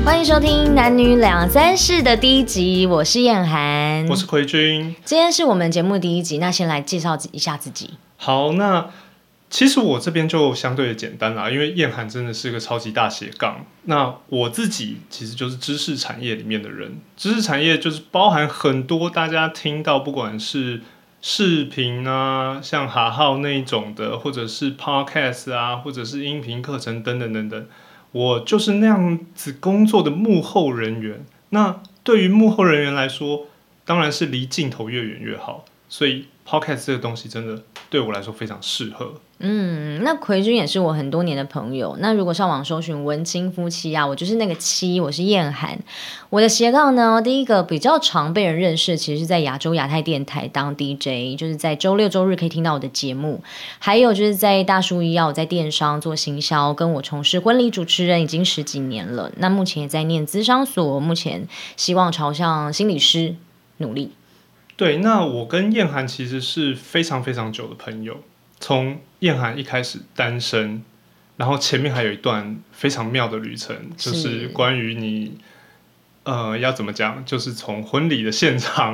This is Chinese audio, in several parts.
欢迎收听男女两三事的第一集，我是燕涵， 我是奎君。 今天是我们节目第一集，那先来介绍一下自己。 好，那其实我这边就相对的简单啦，因为燕涵真的是个超级大斜杠。那我自己其实就是知识产业里面的人，知识产业就是包含很多大家听到，不管是视频啊，像哈号那一种的，或者是 podcast 啊，或者是音频课程等等等等。我就是那样子工作的幕后人员。那对于幕后人员来说，当然是离镜头越远越好。所以 podcast 这个东西真的对我来说非常适合。 那奎君也是我很多年的朋友。那如果上网搜寻文青夫妻啊，我就是那个妻，我是燕涵。我的斜杠呢，第一个比较常被人认识，其实是在亚洲亚太电台当 DJ， 就是在周六周日可以听到我的节目。还有就是在大叔医药，我在电商做行销，跟我从事婚礼主持人已经10几年了。那目前也在念咨商所，目前希望朝向心理师努力。 对，那我跟燕涵其实是非常非常久的朋友，从燕涵一开始单身，然后前面还有一段非常妙的旅程，就是关于你要怎么讲，就是从婚礼的现场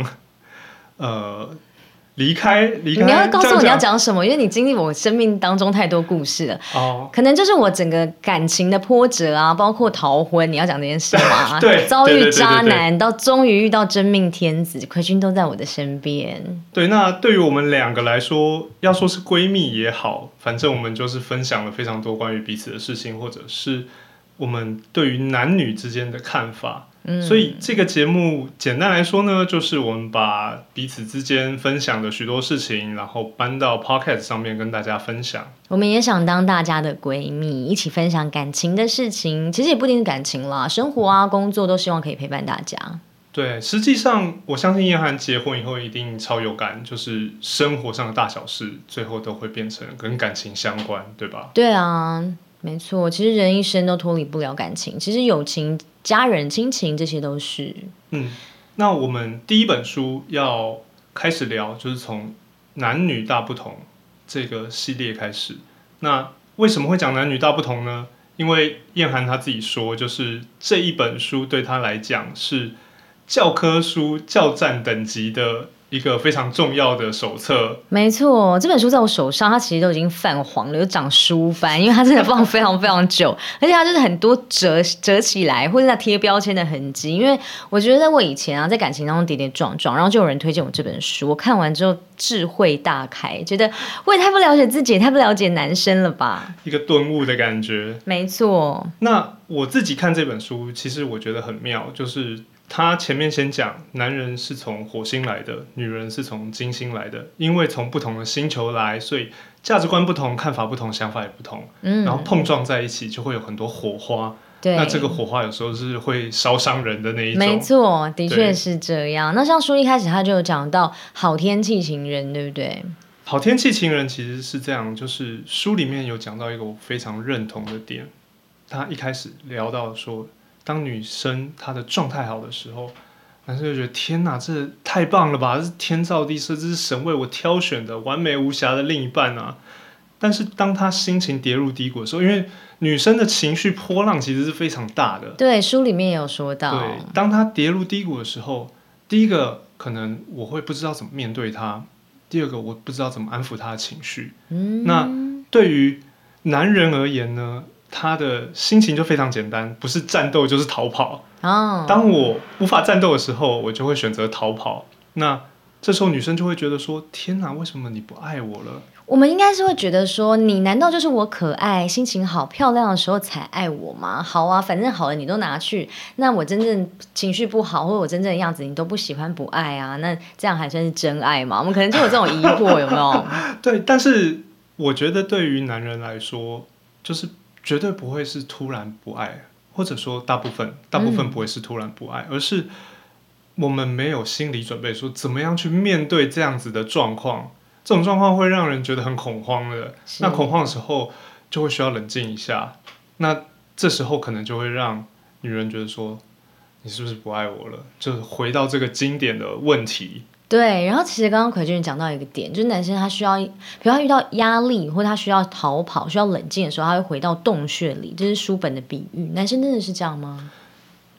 离开。你要告诉我你要讲什么，因为你经历我生命当中太多故事了。可能就是我整个感情的波折啊，包括逃婚，你要讲这件事吗？ 对， 遭遇渣男，到终于遇到真命天子，奎君都在我的身边。 对，那对于我们两个来说，要说是闺蜜也好，反正我们就是分享了非常多关于彼此的事情，或者是我们对于男女之间的看法。所以这个节目简单来说呢，就是我们把彼此之间分享的许多事情，然后搬到 podcast 上面跟大家分享。 我们也想当大家的闺蜜，一起分享感情的事情，其实也不一定是感情啦，生活啊工作都希望可以陪伴大家。 对，实际上我相信燕涵结婚以后一定超有感，就是生活上的大小事最后都会变成跟感情相关，对吧？ 对啊，没错，其实人一生都脱离不了感情，其实友情、家人、亲情这些都是。 那我们第一本书要开始聊，就是从男女大不同这个系列开始。那为什么会讲男女大不同呢？因为燕涵他自己说，就是这一本书对他来讲是教科书教战等级的一个非常重要的手册。 没错，这本书在我手上，它其实都已经泛黄了，有长书斑，因为它真的放非常非常久，而且它就是很多折起来，或者它贴标签的痕迹。因为我觉得我以前啊，在感情当中跌跌撞撞，然后就有人推荐我这本书，我看完之后智慧大开，觉得我也太不了解自己，也太不了解男生了吧， 一个顿悟的感觉。 没错。 那我自己看这本书，其实我觉得很妙，就是他前面先讲男人是从火星来的，女人是从金星来的，因为从不同的星球来，所以价值观不同，看法不同，想法也不同，然后碰撞在一起就会有很多火花。那这个火花有时候是会烧伤人的那一种。 没错，的确是这样。那像书一开始他就有讲到好天气情人，对不对？ 好天气情人其实是这样，就是书里面有讲到一个我非常认同的点。他一开始聊到说，当女生她的状态好的时候，男生就觉得天哪，这太棒了吧，这是天造地设，这是神为我挑选的完美无瑕的另一半啊。但是当她心情跌入低谷的时候，因为女生的情绪波浪其实是非常大的， 对，书里面也有说到。 对，当她跌入低谷的时候，第一个可能我会不知道怎么面对她，第二个我不知道怎么安抚她的情绪。那对于男人而言呢，他的心情就非常简单，不是战斗就是逃跑。当我无法战斗的时候，我就会选择逃跑。那这时候女生就会觉得说，天哪，为什么你不爱我了？ 我们应该是会觉得说，你难道就是我可爱、心情好、漂亮的时候才爱我吗？好啊，反正好了你都拿去，那我真正情绪不好，或者我真正的样子你都不喜欢不爱啊，那这样还算是真爱吗？我们可能就有这种疑惑，有没有？ 对，但是我觉得对于男人来说，就是绝对不会是突然不爱，或者说大部分不会是突然不爱，而是我们没有心理准备，说怎么样去面对这样子的状况。这种状况会让人觉得很恐慌的，那恐慌的时候就会需要冷静一下，那这时候可能就会让女人觉得说，你是不是不爱我了？就回到这个经典的问题。 对，然后其实刚刚奎君讲到一个点，就是男生他需要，比如他遇到压力或他需要逃跑、需要冷静的时候，他会回到洞穴里，这是书本的比喻。男生真的是这样吗？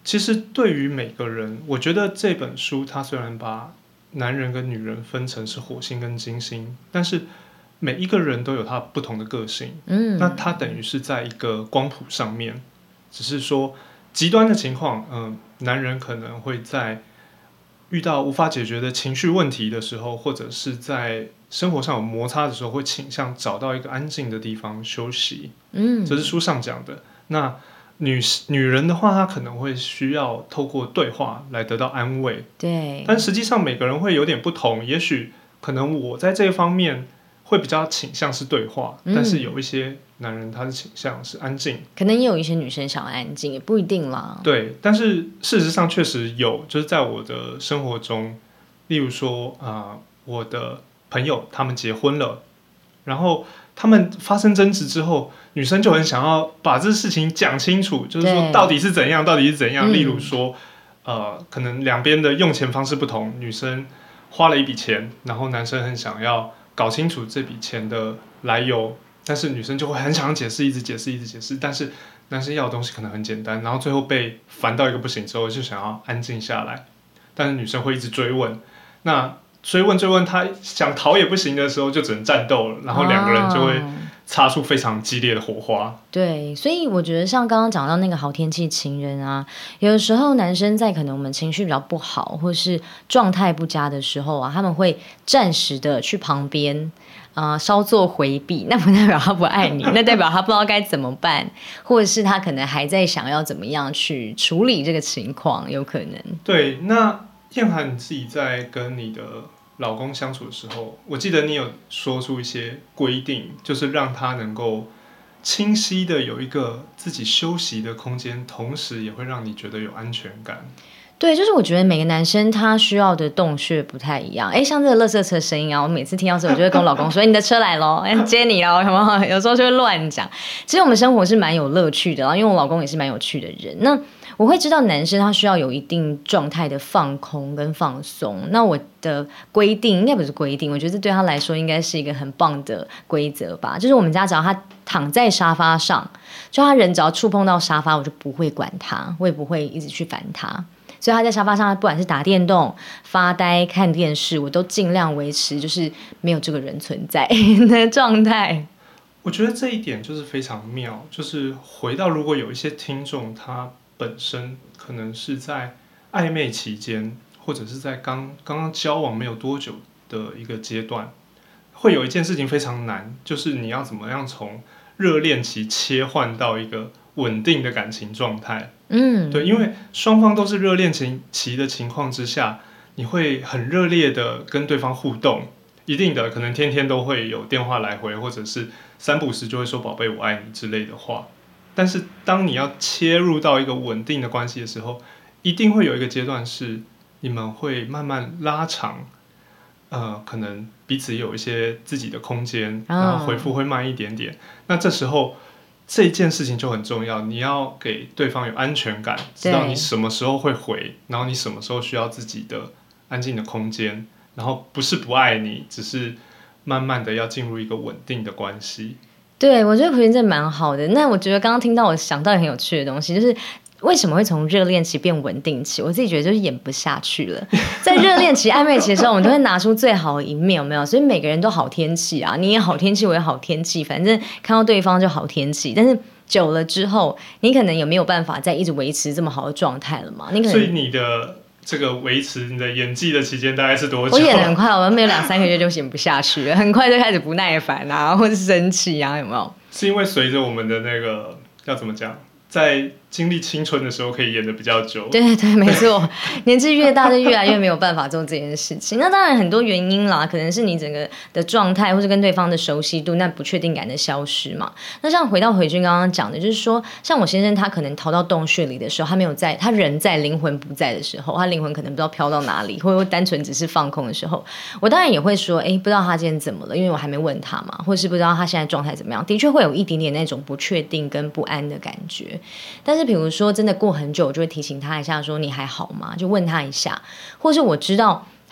其实对于每个人，我觉得这本书它虽然把男人跟女人分成是火星跟金星，但是每一个人都有他不同的个性。那他等于是在一个光谱上面，只是说极端的情况，男人可能会在遇到无法解决的情绪问题的时候，或者是在生活上有摩擦的时候，会倾向找到一个安静的地方休息。这是书上讲的。那女人的话，她可能会需要透过对话来得到安慰。 对， 但实际上每个人会有点不同，也许可能我在这方面会比较倾向是对话，但是有一些男人他是倾向是安静， 可能也有一些女生想要安静，也不一定啦。 对，但是事实上确实有，就是在我的生活中，例如说我的朋友他们结婚了，然后他们发生争执之后，女生就很想要把这事情讲清楚，就是说到底是怎样，到底是怎样。例如说，可能两边的用钱方式不同，女生花了一笔钱，然后男生很想要搞清楚这笔钱的来由，但是女生就会很想解释，一直解释，一直解释，但是男生要的东西可能很简单，然后最后被烦到一个不行之后，就想要安静下来，但是女生会一直追问，那追问，他想逃也不行的时候，就只能战斗了，然后两个人就会擦出非常激烈的火花。 对，所以我觉得像刚刚讲到那个好天气情人啊，有的时候男生在可能我们情绪比较不好或是状态不佳的时候啊，他们会暂时的去旁边稍作回避，那不代表他不爱你，那代表他不知道该怎么办，或者是他可能还在想要怎么样去处理这个情况，有可能。 对，那燕涵你自己在跟你的老公相处的时候，我记得你有说出一些规定，就是让他能够清晰的有一个自己休息的空间，同时也会让你觉得有安全感。 对，就是我觉得每个男生他需要的洞穴不太一样。像这个垃圾车声音啊，我每次听到这，我就会跟我老公说：“你的车来咯，接你咯，有没有？”有时候就会乱讲。其实我们生活是蛮有乐趣的，因为我老公也是蛮有趣的人。那我会知道男生他需要有一定状态的放空跟放松。那我的规定应该不是规定，我觉得这对他来说应该是一个很棒的规则吧。就是我们家只要他躺在沙发上，就他人只要触碰到沙发，我就不会管他，我也不会一直去烦他。所以他在沙发上，不管是打电动、发呆、看电视，我都尽量维持就是没有这个人存在的状态。 我觉得这一点就是非常妙，就是回到如果有一些听众他本身可能是在暧昧期间，或者是在刚刚交往没有多久的一个阶段，会有一件事情非常难，就是你要怎么样从热恋期切换到一个稳定的感情状态。对，因为双方都是热恋期的情况之下，你会很热烈的跟对方互动，一定的可能天天都会有电话来回，或者是三不时就会说宝贝我爱你之类的话。但是当你要切入到一个稳定的关系的时候，一定会有一个阶段是你们会慢慢拉长，可能彼此有一些自己的空间，然后回复会慢一点点。那这时候这件事情就很重要，你要给对方有安全感，知道你什么时候会回，然后你什么时候需要自己的安静的空间，然后不是不爱你，只是慢慢的要进入一个稳定的关系。 对，我觉得培训真的蛮好的。那我觉得刚刚听到我想到很有趣的东西，就是为什么会从热恋期变稳定期？我自己觉得就是演不下去了。在热恋期、暧昧期的时候，我们都会拿出最好的一面，有没有？所以每个人都好天气啊，你也好天气，我也好天气，反正看到对方就好天气。但是久了之后，你可能也没有办法再一直维持这么好的状态了嘛？ 所以你的这个维持你的演技的期间大概是多久？ 我演得很快，我没有2-3个月就演不下去了，很快就开始不耐烦啊，或是生气啊，有没有？ 是因为随着我们的那个要怎么讲，在经历青春的时候可以演得比较久。 对对对，没错，年纪越大就越来越没有办法做这件事情。那当然很多原因啦，可能是你整个的状态或是跟对方的熟悉度，那不确定感的消失嘛。那像回到回君刚刚讲的，就是说像我先生他可能逃到洞穴里的时候，他没有在，他人在灵魂不在的时候，他灵魂可能不知道飘到哪里，或者单纯只是放空的时候，我当然也会说不知道他今天怎么了，因为我还没问他嘛，或是不知道他现在状态怎么样，的确会有一点点那种不确定跟不安的感觉。但是比如说真的过很久，我就会提醒他一下说你还好吗，就问他一下。或是我知道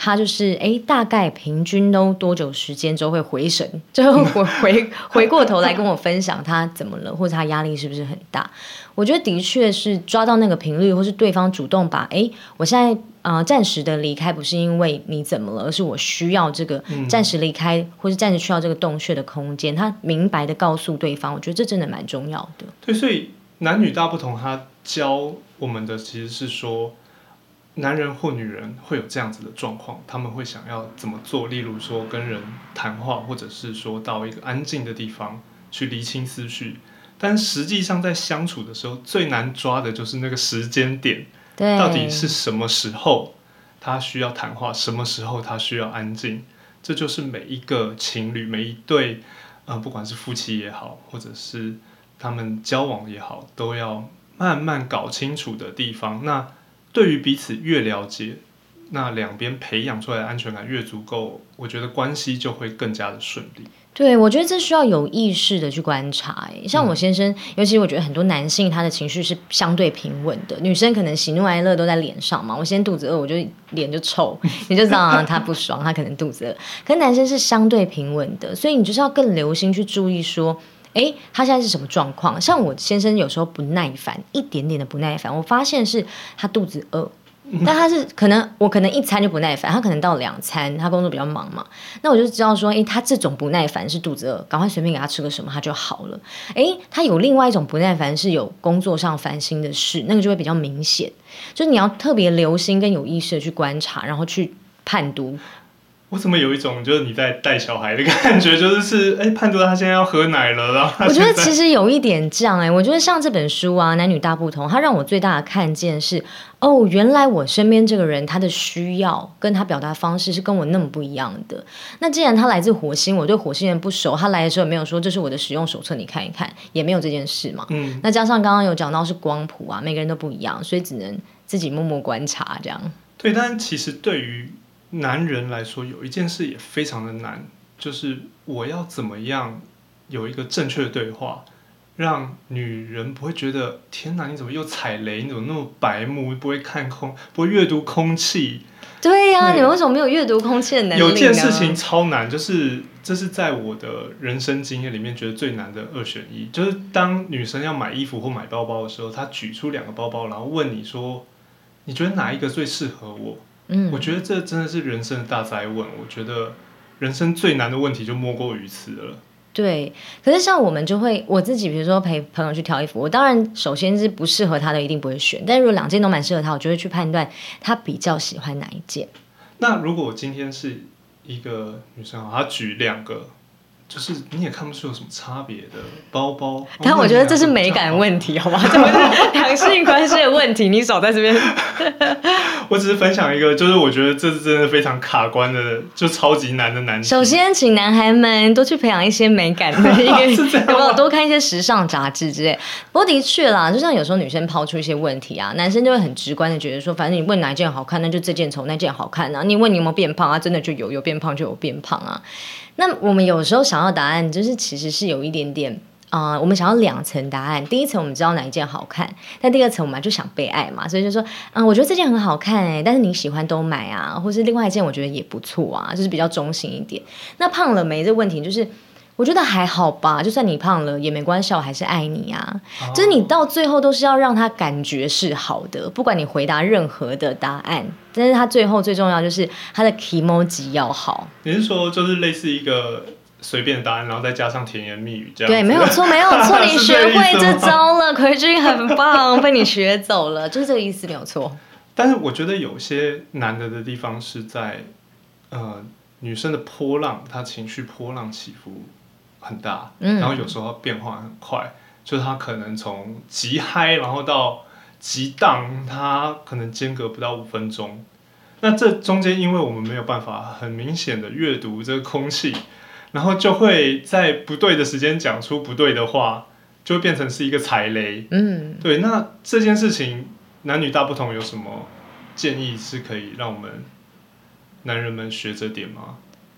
他就是大概平均都多久时间之后会回神，就回过头来跟我分享他怎么了，或者他压力是不是很大。我觉得的确是抓到那个频率，或是对方主动把我现在暂时的离开不是因为你怎么了，而是我需要这个暂时离开，或是暂时需要这个洞穴的空间，他明白的告诉对方，我觉得这真的蛮重要的。 对，所以男女大不同，他教我们的其实是说，男人或女人会有这样子的状况，他们会想要怎么做，例如说跟人谈话，或者是说到一个安静的地方去厘清思绪。但实际上在相处的时候，最难抓的就是那个时间点，到底是什么时候他需要谈话，什么时候他需要安静。这就是每一个情侣，每一对不管是夫妻也好，或者是他们交往也好，都要慢慢搞清楚的地方。那对于彼此越了解，那两边培养出来的安全感越足够，我觉得关系就会更加的顺利。 对，我觉得这需要有意识的去观察。像我先生，尤其我觉得很多男性他的情绪是相对平稳的，女生可能喜怒哀乐都在脸上嘛。我先肚子饿，我就脸就臭，你就知道他不爽，他可能肚子饿。可是男生是相对平稳的，所以你就是要更留心去注意说，他现在是什么状况？像我先生有时候不耐烦，一点点的不耐烦，我发现是他肚子饿。但他是我可能一餐就不耐烦，他可能到2餐，他工作比较忙嘛，那我就知道说，他这种不耐烦是肚子饿，赶快随便给他吃个什么他就好了。他有另外一种不耐烦是有工作上烦心的事，那个就会比较明显，就是你要特别留心跟有意识的去观察，然后去判读。 我怎么有一种就是你在带小孩的感觉，就是判断他现在要喝奶了，然后我觉得其实有一点这样我觉得像这本书啊，男女大不同，它让我最大的看见是，原来我身边这个人他的需要跟他表达方式是跟我那么不一样的。那既然他来自火星，我对火星人不熟，他来的时候也没有说这是我的使用手册你看一看，也没有这件事嘛。那加上刚刚有讲到是光谱啊，每个人都不一样，所以只能自己默默观察这样。 对，但其实对于男人来说，有一件事也非常的难，就是我要怎么样有一个正确的对话，让女人不会觉得天哪，你怎么又踩雷？你怎么那么白目？不会看空，不会阅读空气？ 对呀，你们为什么没有阅读空气的能力呢？ 有件事情超难，就是这是在我的人生经验里面觉得最难的2选1，就是当女生要买衣服或买包包的时候，她举出2个包包，然后问你说，你觉得哪一个最适合我？我觉得这真的是人生的大哉问。我觉得人生最难的问题就莫过于此了。 对，可是像我们就会，我自己比如说陪朋友去挑衣服，我当然首先是不适合他的一定不会选，但是如果2件都蛮适合他，我就会去判断他比较喜欢哪一件。 那如果今天是一个女生，她举2个，就是你也看不出有什么差别的包包， 但我觉得这是美感问题，好吗？这不是两性关系的问题，你少在这边。 我只是分享一个，就是我觉得这是真的非常卡关的，就超级难的难题。 首先，请男孩们多去培养一些美感的一个，有没有多看一些时尚杂志之类。不过的确啦，就像有时候女生抛出一些问题啊，男生就会很直观的觉得说，反正你问哪一件好看，那就这件丑，那件好看啊。你问你有没有变胖啊，真的就有变胖就有变胖啊。那我们有时候想要答案，就是其实是有一点点我们想要2层答案。第一层我们知道哪一件好看，但第2层我们就想被爱嘛，所以就说我觉得这件很好看但是你喜欢都买啊，或是另外一件我觉得也不错啊，就是比较中性一点。那胖了没这问题，就是我觉得还好吧，就算你胖了也没关系，我还是爱你啊。就是你到最后都是要让他感觉是好的，不管你回答任何的答案，但是他最后最重要就是他的 kimoji 要好。 你是说就是类似一个随便答案，然后再加上甜言蜜语这样子？ 对，没有错，没有错，你学会这招了，奎君很棒，被你学走了，就是这个意思，没有错。 但是我觉得有些难的地方是在女生的波浪，她情绪波浪起伏很大，然后有时候变化很快，就是她可能从极嗨然后到极荡，她可能间隔不到5分钟。那这中间因为我们没有办法很明显的阅读这个空气，然后就会在不对的时间讲出不对的话，就会变成是一个踩雷。对，那这件事情男女大不同，有什么建议是可以让我们男人们学着点吗？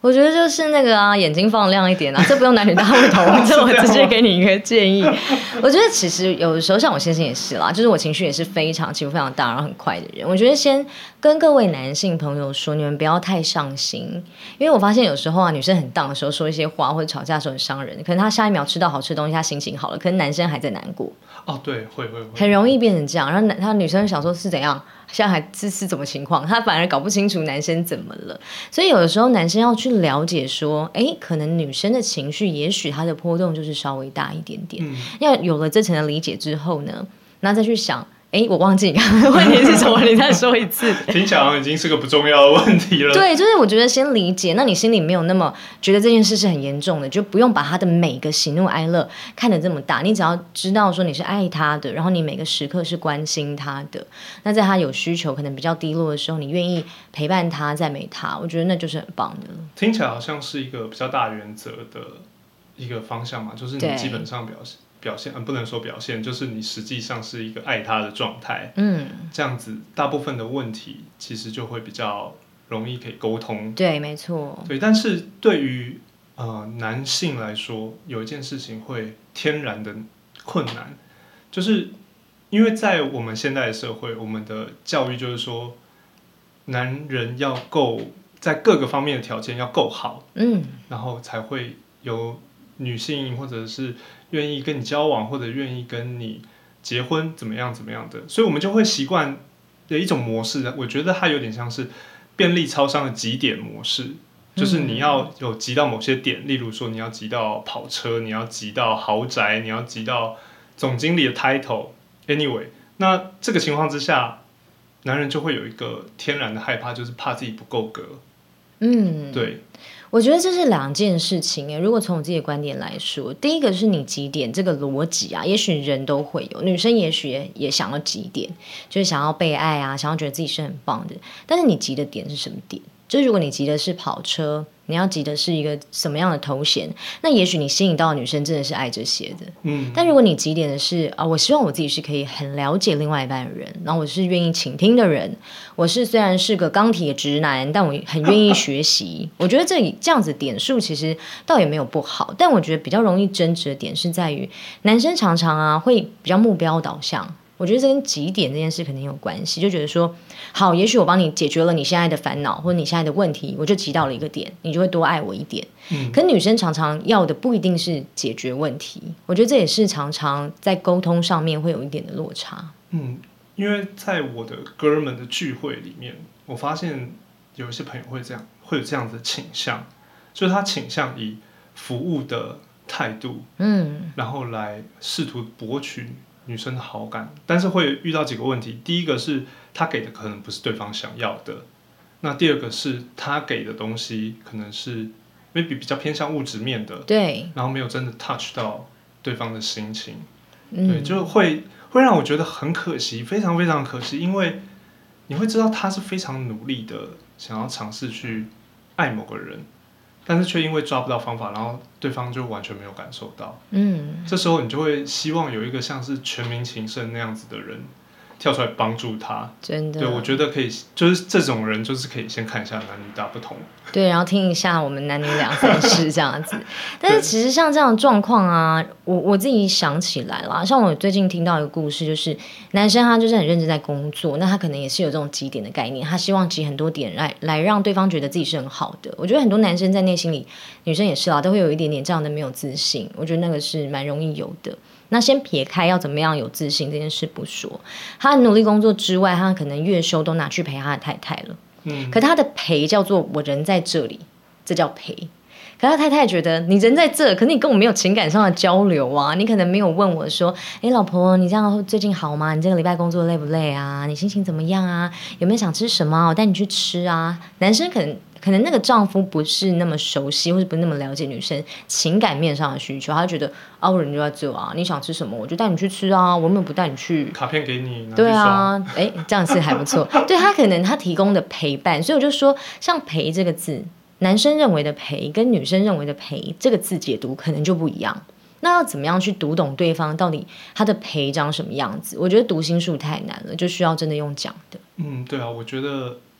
我觉得就是那个啊，眼睛放亮一点啊，这不用男女大不同，这我直接给你一个建议。我觉得其实有的时候像我先生也是啦，就是我情绪也是非常起伏非常大，然后很快的人。我觉得先跟各位男性朋友说，你们不要太上心，因为我发现有时候啊，女生很荡的时候说一些话或者吵架的时候很伤人，可能她下一秒吃到好吃的东西，她心情好了，可能男生还在难过。 哦，对，会， 很容易变成这样，然后他女生想说是怎样，现在还是怎么情况，他反而搞不清楚男生怎么了。所以有的时候男生要去了解说，可能女生的情绪也许她的波动就是稍微大一点点。要有了这层的理解之后呢，那再去想，我忘记你刚刚的问题是什么，你再说一次。 听起来好像已经是个不重要的问题了。 对，就是我觉得先理解，那你心里没有那么觉得这件事是很严重的，就不用把他的每个喜怒哀乐看得这么大。你只要知道说你是爱他的，然后你每个时刻是关心他的。那在他有需求可能比较低落的时候，你愿意陪伴他、赞美他，我觉得那就是很棒的了。 听起来好像是一个比较大原则的一个方向嘛，就是你基本上表现，不能说表现，就是你实际上是一个爱他的状态。这样子大部分的问题其实就会比较容易可以沟通。 对，没错。 对，但是对于男性来说，有一件事情会天然的困难，就是因为在我们现在的社会，我们的教育就是说，男人要够在各个方面的条件要够好，然后才会有女性或者是愿意跟你交往，或者愿意跟你结婚，怎么样怎么样的，所以我们就会习惯的一种模式。我觉得它有点像是便利超商的集点模式，就是你要有集到某些点，例如说你要集到跑车，你要集到豪宅，你要集到总经理的 title。Anyway， 那这个情况之下，男人就会有一个天然的害怕，就是怕自己不够格。对。 我觉得这是两件事情。如果从我自己的观点来说，第一个是你集点这个逻辑啊，也许人都会有，女生也许也想要集点，就是想要被爱啊，想要觉得自己是很棒的。但是你集的点是什么点？就是如果你集的是跑车，你要集的是一个什么样的头衔，那也许你吸引到的女生真的是爱这些的。但如果你集点的是我希望我自己是可以很了解另外一半的人，然后我是愿意倾听的人，我是虽然是个钢铁直男，但我很愿意学习。我觉得这样子点数其实倒也没有不好，但我觉得比较容易争执的点是在于男生常常会比较目标导向。我觉得这跟集点这件事肯定有关系，就觉得说好，也许我帮你解决了你现在的烦恼或者你现在的问题，我就集到了一个点，你就会多爱我一点。可女生常常要的不一定是解决问题，我觉得这也是常常在沟通上面会有一点的落差。 因为在我的哥们的聚会里面，我发现有一些朋友会有这样的倾向，就是他倾向以服务的态度，然后来试图博取女生的好感，但是会遇到几个问题。第一个是他给的可能不是对方想要的，那第二个是他给的东西可能是 maybe 比较偏向物质面的， 对， 然后没有真的 touch 到对方的心情，对，就会让我觉得很可惜，非常非常可惜，因为你会知道他是非常努力的想要尝试去爱某个人，但是却因为抓不到方法，然后对方就完全没有感受到。这时候你就会希望有一个像是全民情圣那样子的人跳出来帮助他。 真的， 对，我觉得可以，就是这种人就是可以先看一下男女大不同。 对，然后听一下我们男女两三事这样子。但是其实像这样的状况啊，我自己想起来啦，像我最近听到一个故事，就是男生他就是很认真在工作，那他可能也是有这种集点的概念，他希望集很多点来让对方觉得自己是很好的。我觉得很多男生在内心里，女生也是啦，都会有一点点这样的没有自信，我觉得那个是蛮容易有的。那先撇开要怎么样有自信这件事不说，他很努力工作之外，他可能月收都拿去陪他的太太了。可他的陪叫做我人在这里，这叫陪。可他太太觉得你人在这，可是你跟我没有情感上的交流啊，你可能没有问我说，老婆，你这样最近好吗？你这个礼拜工作累不累啊？你心情怎么样啊？有没有想吃什么？我带你去吃啊。男生可能那个丈夫不是那么熟悉，或者不是那么了解女生情感面上的需求，他就觉得我人就在这啊，你想吃什么我就带你去吃啊，我有没有不带你去？ 卡片给你， 对啊，这样是还不错。对，他可能他提供的陪伴，所以我就说，像陪这个字，男生认为的陪跟女生认为的陪这个字解读可能就不一样。那要怎么样去读懂对方到底他的陪长什么样子？我觉得读心术太难了，就需要真的用讲的。 对啊，我觉得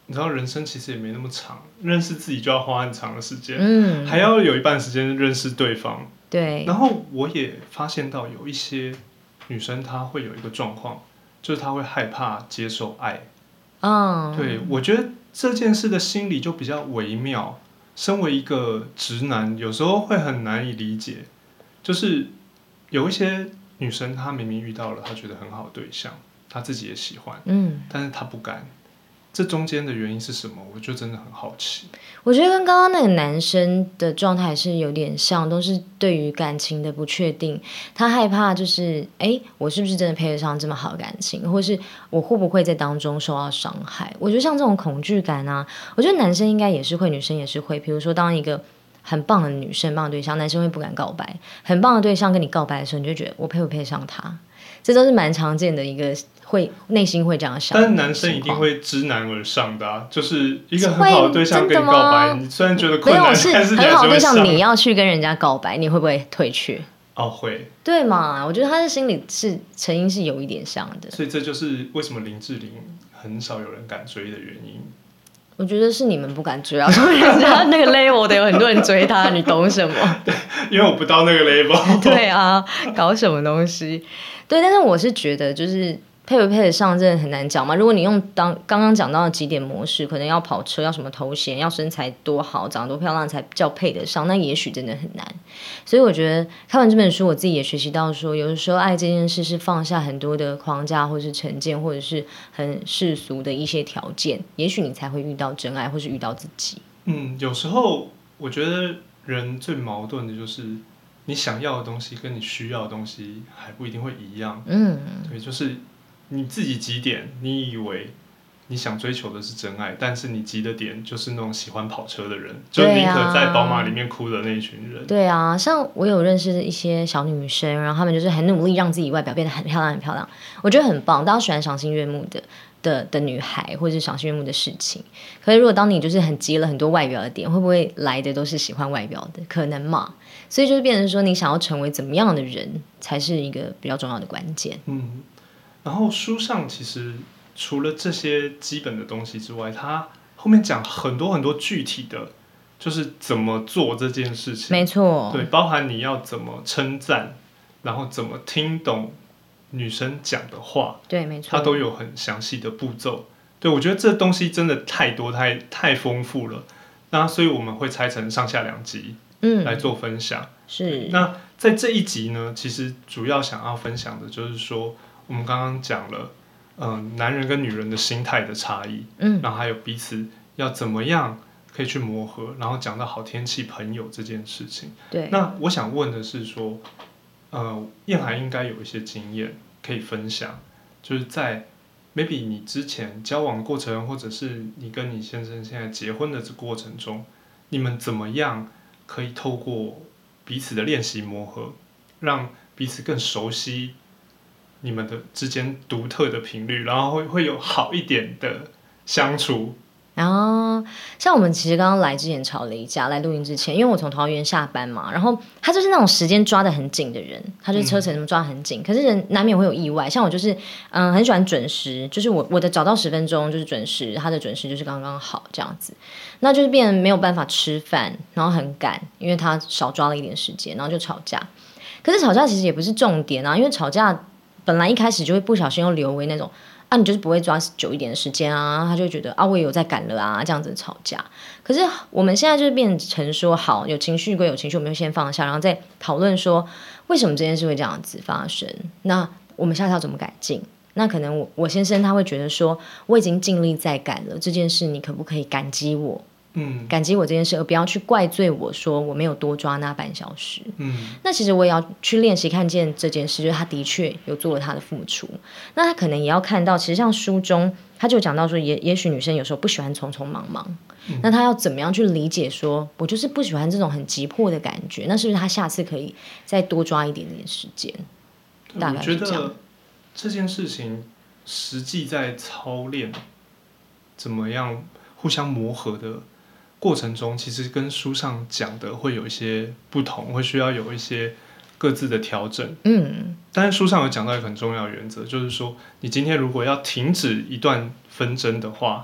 你知道人生其实也没那么长，认识自己就要花很长的时间，还嗯， 要有一半时间认识对方。 对， 然后我也发现到有一些女生她会有一个状况，就是她会害怕接受爱。 嗯， 对，我觉得这件事的心理就比较微妙。身为一个直男，有时候会很难以理解，就是有一些女生她明明遇到了她觉得很好的对象，她自己也喜欢，但是她不敢。这中间的原因是什么？我就真的很好奇。 我觉得跟刚刚那个男生的状态是有点像，都是对于感情的不确定，他害怕就是，我是不是真的配得上这么好的感情，或是我会不会在当中受到伤害？我觉得像这种恐惧感啊，我觉得男生应该也是会，女生也是会。比如说，当一个很棒的女生、棒的对象，男生会不敢告白；很棒的对象跟你告白的时候，你就觉得我配不配得上他？这都是蛮常见的一个会内心会这样想。 但是男生一定会知难而上的啊，就是一个很好的对象跟你告白，你虽然觉得困难，但是你还是会上。 很好的对象，你要去跟人家告白，你会不会退却？ 哦，会。 对嘛？我觉得他的心理是成因是有一点像的， 所以这就是为什么林志玲很少有人敢追的原因。 我觉得是你们不敢追啊，说人家那个 level 的有很多人追他，你懂什么？ 对，因为我不到那个 level。 对啊，搞什么东西？对，但是我是觉得就是配不配得上真的很难讲嘛。如果你用刚刚讲到的几点模式，可能要跑车，要什么头衔，要身材多好，长得多漂亮才叫配得上，那也许真的很难。所以我觉得看完这本书，我自己也学习到说，有的时候爱这件事是放下很多的框架，或是成见，或者是很世俗的一些条件，也许你才会遇到真爱，或是遇到自己。 有时候我觉得人最矛盾的就是你想要的东西跟你需要的东西还不一定会一样。对，就是你自己急点，你以为你想追求的是真爱，但是你急的点就是那种喜欢跑车的人，就宁可在宝马里面哭的那一群人。 对啊，像我有认识一些小女生，然后她们就是很努力让自己外表变得很漂亮，很漂亮，我觉得很棒。大家喜欢赏心悦目的女孩，或者是赏心悦目的事情。可是如果当你就是很急了很多外表的点，会不会来的都是喜欢外表的？可能嘛。所以就是变成说，你想要成为怎么样的人，才是一个比较重要的关键。 然后书上其实除了这些基本的东西之外，它后面讲很多很多具体的，就是怎么做这件事情。 没错， 对，包含你要怎么称赞，然后怎么听懂女生讲的话， 对，没错， 它都有很详细的步骤。对，我觉得这东西真的太多太丰富了。那所以我们会拆成上下两集，来做分享。 是。 那在这一集呢，其实主要想要分享的就是说，我们刚刚讲了，男人跟女人的心态的差异，然后还有彼此要怎么样可以去磨合，然后讲到好天气朋友这件事情。 对。 那我想问的是说，燕涵应该有一些经验可以分享，就是在 maybe 你之前交往过程，或者是你跟你先生现在结婚的这过程中，你们怎么样可以透过彼此的练习磨合，让彼此更熟悉你们的之间独特的频率，然后会有好一点的相处。 然后像我们其实刚刚来之前吵了一架，来录音之前，因为我从桃园下班嘛，然后他就是那种时间抓得很紧的人，他就是车程抓得很紧，可是人难免会有意外。像我就是很喜欢准时，就是我的早到10分钟就是准时，他的准时就是刚刚好这样子，那就是变成没有办法吃饭，然后很赶，因为他少抓了一点时间，然后就吵架。可是吵架其实也不是重点啊，因为吵架本来一开始就会不小心又流为那种啊，你就是不会抓久一点的时间啊，他就会觉得啊，我也有在赶了啊，这样子吵架。可是我们现在就是变成说，好，有情绪归有情绪，我们就先放下，然后再讨论说为什么这件事会这样子发生，那我们下次要怎么改进。那可能我先生他会觉得说，我已经尽力在赶了这件事，你可不可以感激我？感激我这件事，而不要去怪罪我说我没有多抓那半小时。那其实我也要去练习看见这件事，就是他的确有做了他的付出。那他可能也要看到，其实像书中他就讲到说，也许女生有时候不喜欢匆匆忙忙，那他要怎么样去理解说，我就是不喜欢这种很急迫的感觉，那是不是他下次可以再多抓一点点时间？大概是这样。 我觉得这件事情实际在操练怎么样互相磨合的过程中，其实跟书上讲的会有一些不同，会需要有一些各自的调整。但是书上有讲到一个很重要的原则，就是说你今天如果要停止一段纷争的话，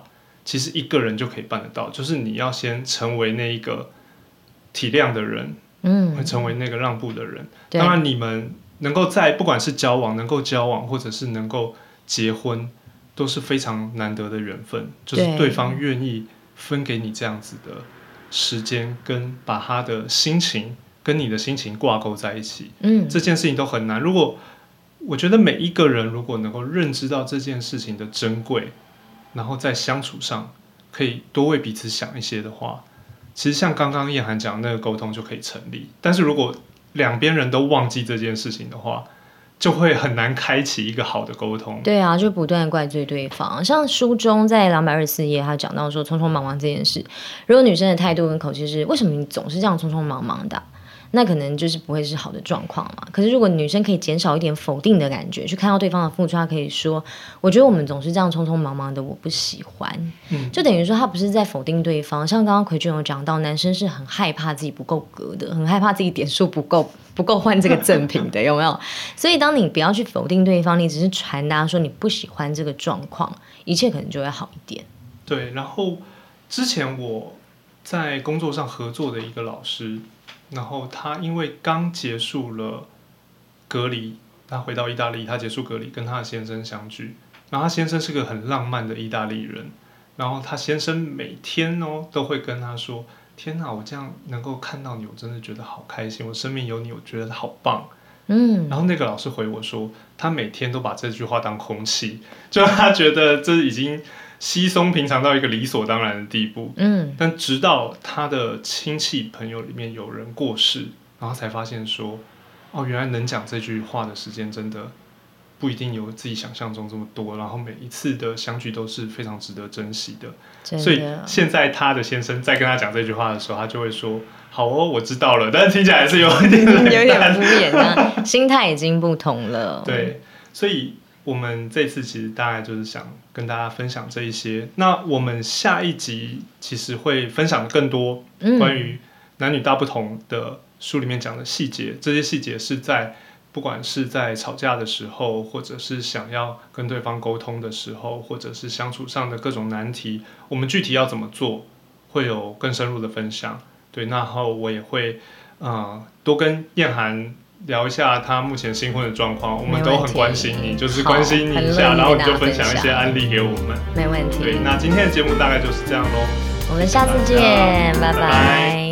其实一个人就可以办得到，就是你要先成为那一个体谅的人，会成为那个让步的人。当然，你们能够在不管是能够交往，或者是能够结婚，都是非常难得的缘分，就是对方愿意分给你这样子的时间，跟把他的心情跟你的心情挂钩在一起。这件事情都很难。如果我觉得每一个人如果能够认知到这件事情的珍贵，然后在相处上可以多为彼此想一些的话，其实像刚刚燕涵讲的那个沟通就可以成立。但是如果两边人都忘记这件事情的话，就会很难开启一个好的沟通。 对啊，就不断怪罪对方。像书中在224页他讲到说匆匆忙忙这件事，如果女生的态度跟口气是为什么你总是这样匆匆忙忙的那可能就是不会是好的状况嘛。可是如果女生可以减少一点否定的感觉，去看到对方的付出，她可以说我觉得我们总是这样匆匆忙忙的，我不喜欢。就等于说她不是在否定对方。像刚刚奎俊有讲到，男生是很害怕自己不够格的，很害怕自己点数不够换这个赠品的，有没有？所以当你不要去否定对方，你只是传达说你不喜欢这个状况，一切可能就会好一点。 对，然后之前我在工作上合作的一个老师，然后他因为刚结束了隔离，他回到意大利，他结束隔离跟他的先生相聚，然后他先生是个很浪漫的意大利人，然后他先生每天都会跟他说，天哪，我这样能够看到你，我真的觉得好开心，我生命有你，我觉得好棒。然后那个老师回我说，他每天都把这句话当空气，就他觉得这已经稀松平常到一个理所当然的地步。但直到他的亲戚朋友里面有人过世，然后才发现说，原来能讲这句话的时间真的不一定有自己想象中这么多，然后每一次的相聚都是非常值得珍惜的。所以现在他的先生在跟他讲这句话的时候，他就会说，好我知道了，但是听起来还是有点敷衍啊，心态已经不同了。 对，所以我们这次其实大概就是想跟大家分享这一些。那我们下一集其实会分享更多关于男女大不同的书里面讲的细节，这些细节是在不管是在吵架的时候，或者是想要跟对方沟通的时候，或者是相处上的各种难题，我们具体要怎么做，会有更深入的分享。对，然后我也会多跟燕涵聊一下她目前新婚的状况，我们都很关心你，就是关心你一下，然后你就分享一些案例给我们。 没问题。 对，那今天的节目大概就是这样咯， 我们下次见，拜拜。